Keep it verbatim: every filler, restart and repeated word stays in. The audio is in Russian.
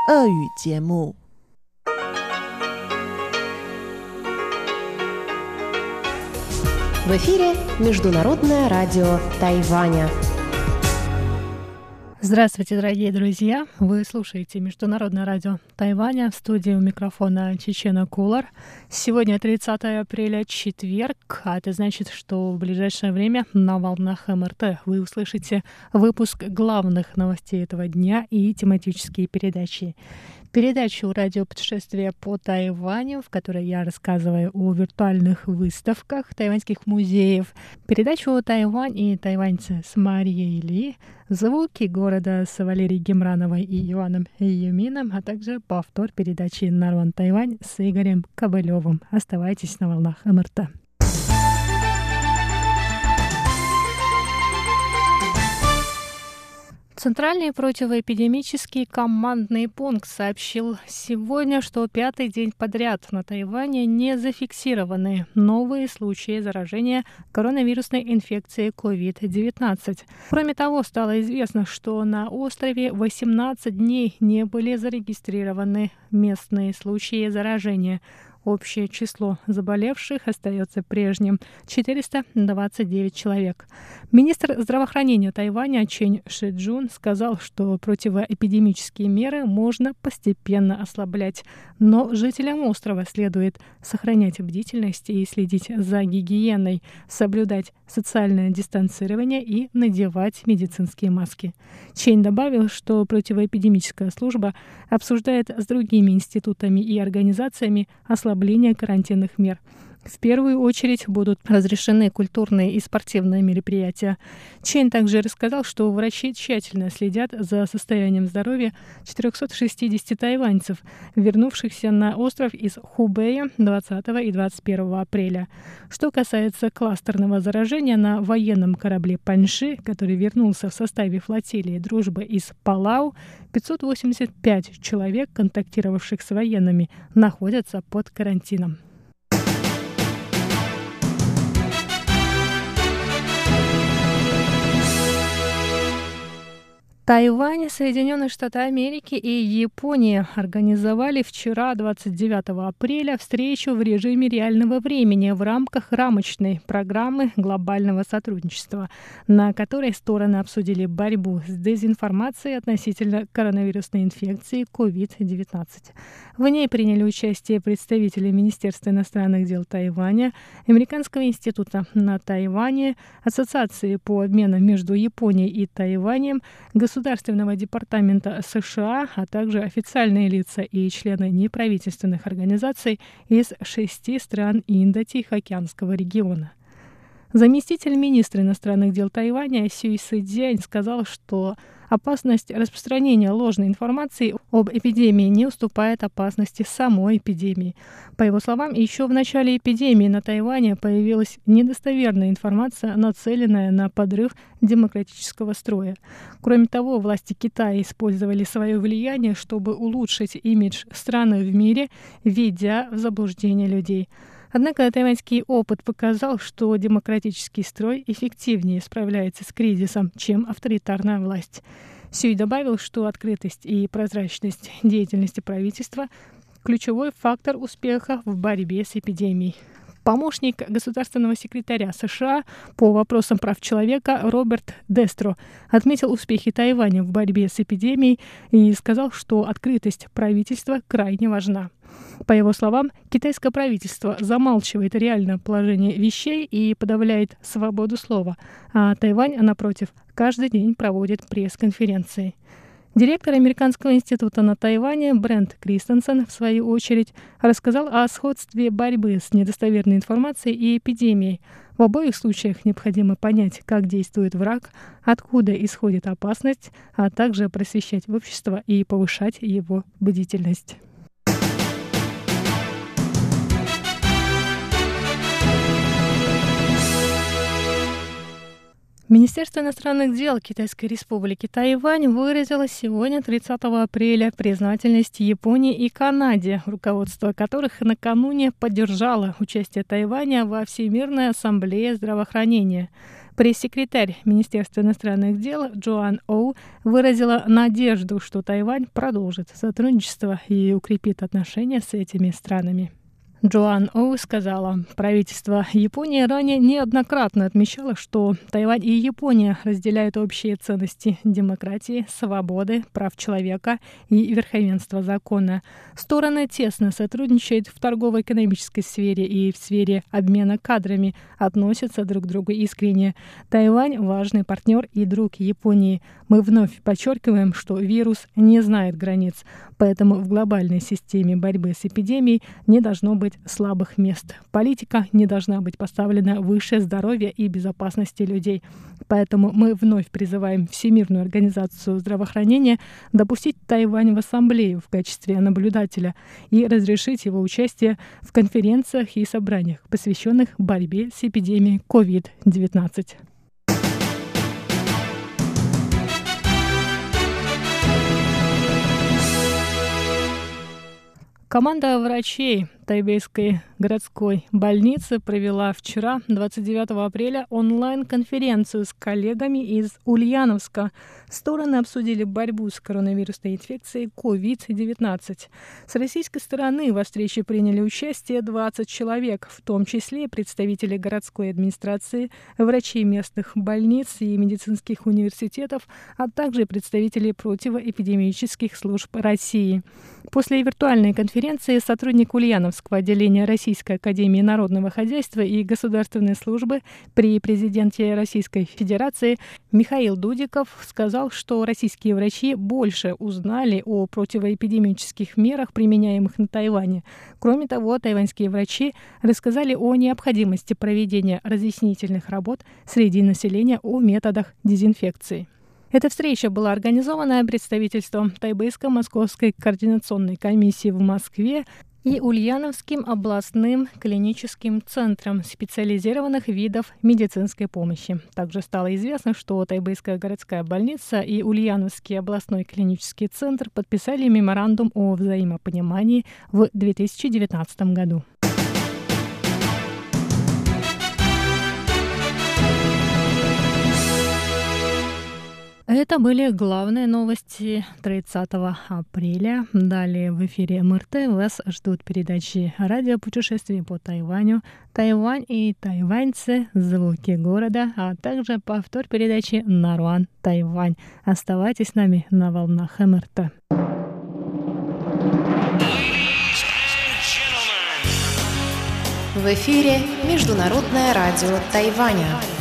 俄语节目。 В эфире Международное радио Тайваня. Здравствуйте, дорогие друзья! Вы слушаете Международное радио Тайваня. В студии у микрофона Чечена Кулар. Сегодня тридцатое апреля, четверг, а это значит, что в ближайшее время на волнах эм эр тэ вы услышите выпуск главных новостей этого дня и тематические передачи. Передачу «Радиопутешествие по Тайваню», в которой я рассказываю о виртуальных выставках тайваньских музеев. Передачу «Тайвань и тайваньцы» с Марией Ли. Звуки города с Валерией Гемрановой и Иваном Юмином, а также повтор передачи «Нарван Тайвань» с Игорем Кобылевым. Оставайтесь на волнах эм эр тэ. Центральный противоэпидемический командный пункт сообщил сегодня, что пятый день подряд на Тайване не зафиксированы новые случаи заражения коронавирусной инфекцией ковид девятнадцать. Кроме того, стало известно, что на острове восемнадцать дней не были зарегистрированы местные случаи заражения. Общее число заболевших остается прежним — четыреста двадцать девять человек. Министр здравоохранения Тайваня Чен Шиджун сказал, что противоэпидемические меры можно постепенно ослаблять, но жителям острова следует сохранять бдительность и следить за гигиеной, соблюдать социальное дистанцирование и надевать медицинские маски. Чен добавил, что противоэпидемическая служба обсуждает с другими институтами и организациями ослабление карантинных мер. В первую очередь будут разрешены культурные и спортивные мероприятия. Чен также рассказал, что врачи тщательно следят за состоянием здоровья четырехсот шестидесяти тайваньцев, вернувшихся на остров из Хубэя двадцатого и двадцать первого апреля. Что касается кластерного заражения на военном корабле «Паньши», который вернулся в составе флотилии «Дружбы» из Палау, пятьсот восемьдесят пять человек, контактировавших с военными, находятся под карантином. Тайвань, Соединенные Штаты Америки и Япония организовали вчера, двадцать девятого апреля, встречу в режиме реального времени в рамках рамочной программы глобального сотрудничества, на которой стороны обсудили борьбу с дезинформацией относительно коронавирусной инфекции ковид девятнадцать. В ней приняли участие представители Министерства иностранных дел Тайваня, Американского института на Тайване, Ассоциации по обмену между Японией и Тайванем, Государственного департамента США, а также официальные лица и члены неправительственных организаций из шести стран Индо-Тихоокеанского региона. Заместитель министра иностранных дел Тайваня Сюй Сэцзянь сказал, что опасность распространения ложной информации об эпидемии не уступает опасности самой эпидемии. По его словам, еще в начале эпидемии на Тайване появилась недостоверная информация, нацеленная на подрыв демократического строя. Кроме того, власти Китая использовали свое влияние, чтобы улучшить имидж страны в мире, введя в заблуждение людей. Однако тайваньский опыт показал, что демократический строй эффективнее справляется с кризисом, чем авторитарная власть. Сюй добавил, что открытость и прозрачность деятельности правительства – ключевой фактор успеха в борьбе с эпидемией. Помощник государственного секретаря США по вопросам прав человека Роберт Дестро отметил успехи Тайваня в борьбе с эпидемией и сказал, что открытость правительства крайне важна. По его словам, китайское правительство замалчивает реальное положение вещей и подавляет свободу слова, а Тайвань, напротив, каждый день проводит пресс-конференции. Директор Американского института на Тайване Брент Кристенсен, в свою очередь, рассказал о сходстве борьбы с недостоверной информацией и эпидемией. В обоих случаях необходимо понять, как действует враг, откуда исходит опасность, а также просвещать общество и повышать его бдительность. Министерство иностранных дел Китайской Республики Тайвань выразило сегодня, тридцатого апреля, признательность Японии и Канаде, руководство которых накануне поддержало участие Тайваня во Всемирной ассамблее здравоохранения. Пресс-секретарь Министерства иностранных дел Джоан Оу выразила надежду, что Тайвань продолжит сотрудничество и укрепит отношения с этими странами. Джоан Оу сказала, правительство Японии ранее неоднократно отмечало, что Тайвань и Япония разделяют общие ценности демократии, свободы, прав человека и верховенства закона. Стороны тесно сотрудничают в торгово-экономической сфере и в сфере обмена кадрами, относятся друг к другу искренне. Тайвань – важный партнер и друг Японии. Мы вновь подчеркиваем, что вирус не знает границ, поэтому в глобальной системе борьбы с эпидемией не должно быть слабых мест. Политика не должна быть поставлена выше здоровья и безопасности людей. Поэтому мы вновь призываем Всемирную организацию здравоохранения допустить Тайвань в ассамблею в качестве наблюдателя и разрешить его участие в конференциях и собраниях, посвященных борьбе с эпидемией ковид девятнадцать. Команда врачей Тайбэйской городской больницы провела вчера, двадцать девятого апреля, онлайн-конференцию с коллегами из Ульяновска. Стороны обсудили борьбу с коронавирусной инфекцией ковид девятнадцать. С российской стороны во встрече приняли участие двадцать человек, в том числе представители городской администрации, врачей местных больниц и медицинских университетов, а также представители противоэпидемических служб России. После виртуальной конференции сотрудник Ульяновского отделения Российской академии народного хозяйства и государственной службы при президенте Российской Федерации Михаил Дудиков сказал, что российские врачи больше узнали о противоэпидемических мерах, применяемых на Тайване. Кроме того, тайваньские врачи рассказали о необходимости проведения разъяснительных работ среди населения о методах дезинфекции. Эта встреча была организована представительством Тайбэйско-Московской координационной комиссии в Москве и Ульяновским областным клиническим центром специализированных видов медицинской помощи. Также стало известно, что Тайбэйская городская больница и Ульяновский областной клинический центр подписали меморандум о взаимопонимании в две тысячи девятнадцатом году. Это были главные новости тридцатого апреля. Далее в эфире эм эр тэ вас ждут передачи радиопутешествий по Тайваню, Тайвань и тайваньцы, звуки города, а также повтор передачи Наруан, Тайвань. Оставайтесь с нами на волнах эм эр тэ. В эфире Международное радио Тайваня.